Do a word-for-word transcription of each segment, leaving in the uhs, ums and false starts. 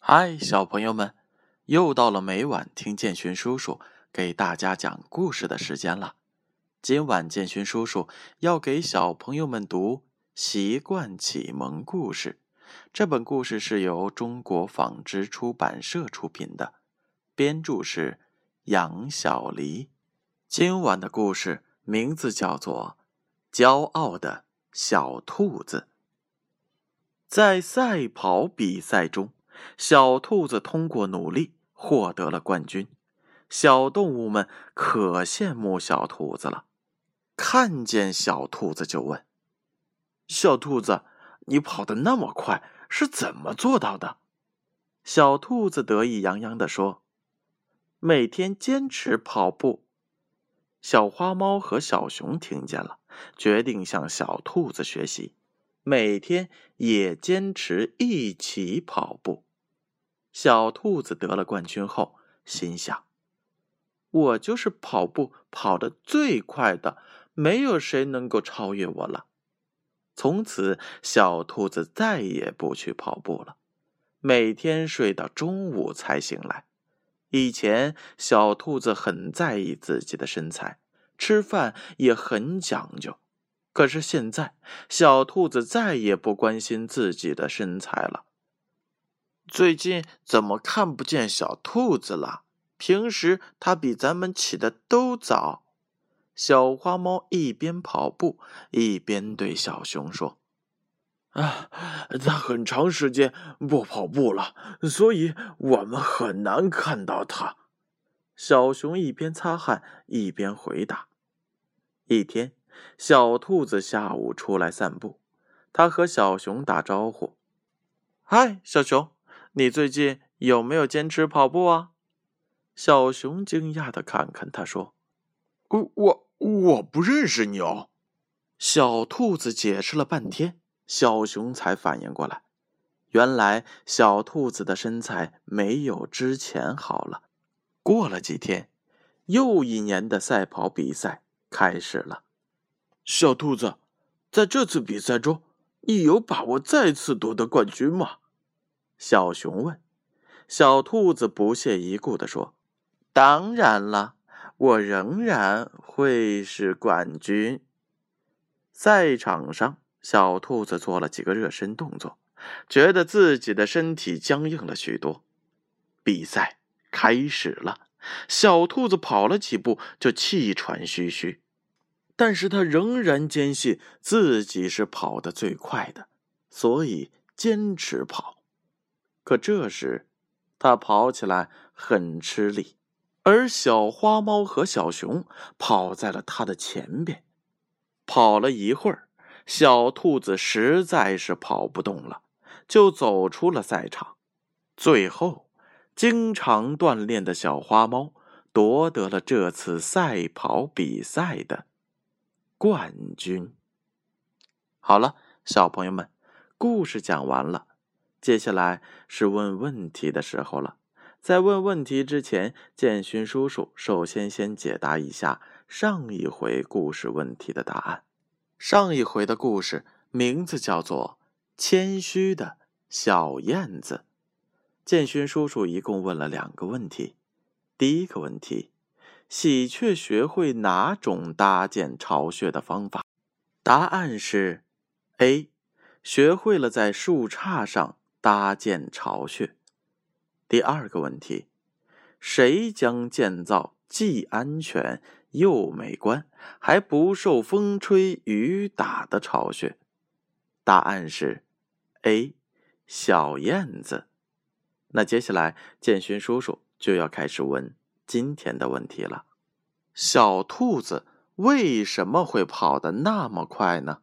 嗨，小朋友们，又到了每晚听建勋叔叔给大家讲故事的时间了。今晚建勋叔叔要给小朋友们读《习惯启蒙故事》，这本故事是由中国纺织出版社出品的，编著是杨小黎。今晚的故事名字叫做《骄傲的小兔子》。在赛跑比赛中，小兔子通过努力获得了冠军，小动物们可羡慕小兔子了。看见小兔子就问：小兔子，你跑得那么快，是怎么做到的？小兔子得意洋洋地说：每天坚持跑步。小花猫和小熊听见了，决定向小兔子学习，每天也坚持一起跑步。小兔子得了冠军后，心想：我就是跑步跑得最快的，没有谁能够超越我了。从此，小兔子再也不去跑步了，每天睡到中午才醒来。以前，小兔子很在意自己的身材，吃饭也很讲究。可是现在，小兔子再也不关心自己的身材了。最近怎么看不见小兔子了？平时它比咱们起得都早。小花猫一边跑步，一边对小熊说：啊，它很长时间不跑步了，所以我们很难看到它。小熊一边擦汗，一边回答。一天，小兔子下午出来散步，它和小熊打招呼：嗨，小熊，你最近有没有坚持跑步啊？小熊惊讶地看看他说：我我我不认识你哦。小兔子解释了半天，小熊才反应过来，原来小兔子的身材没有之前好了。过了几天，又一年的赛跑比赛开始了。小兔子，在这次比赛中，你有把握再次夺得冠军吗？小熊问。小兔子不屑一顾地说：当然了，我仍然会是冠军。赛场上，小兔子做了几个热身动作，觉得自己的身体僵硬了许多。比赛开始了，小兔子跑了几步就气喘吁吁，但是他仍然坚信自己是跑得最快的，所以坚持跑。可这时，他跑起来很吃力，而小花猫和小熊跑在了他的前边。跑了一会儿，小兔子实在是跑不动了，就走出了赛场。最后，经常锻炼的小花猫夺得了这次赛跑比赛的冠军。好了，小朋友们，故事讲完了，接下来是问问题的时候了。在问问题之前，建勋叔叔首先先解答一下上一回故事问题的答案。上一回的故事名字叫做《谦虚的小燕子》。建勋叔叔一共问了两个问题。第一个问题，喜鹊学会哪种搭建巢穴的方法？答案是 A， 学会了在树杈上搭建巢穴。第二个问题，谁将建造既安全又美观，还不受风吹雨打的巢穴？答案是 A， 小燕子。那接下来建勋叔叔就要开始问今天的问题了。小兔子为什么会跑得那么快呢？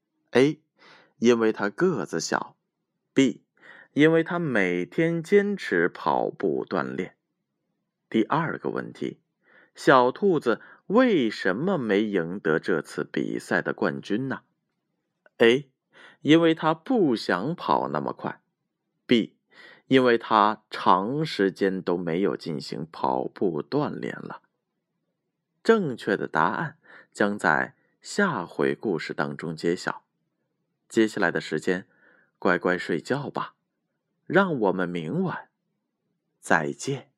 A， 因为它个子小。 B， 因为它每天坚持跑步锻炼。第二个问题，小兔子为什么没赢得这次比赛的冠军呢？ A， 因为它不想跑那么快。 B， 因为它长时间都没有进行跑步锻炼了。正确的答案将在下回故事当中揭晓。接下来的时间，乖乖睡觉吧，让我们明晚再见。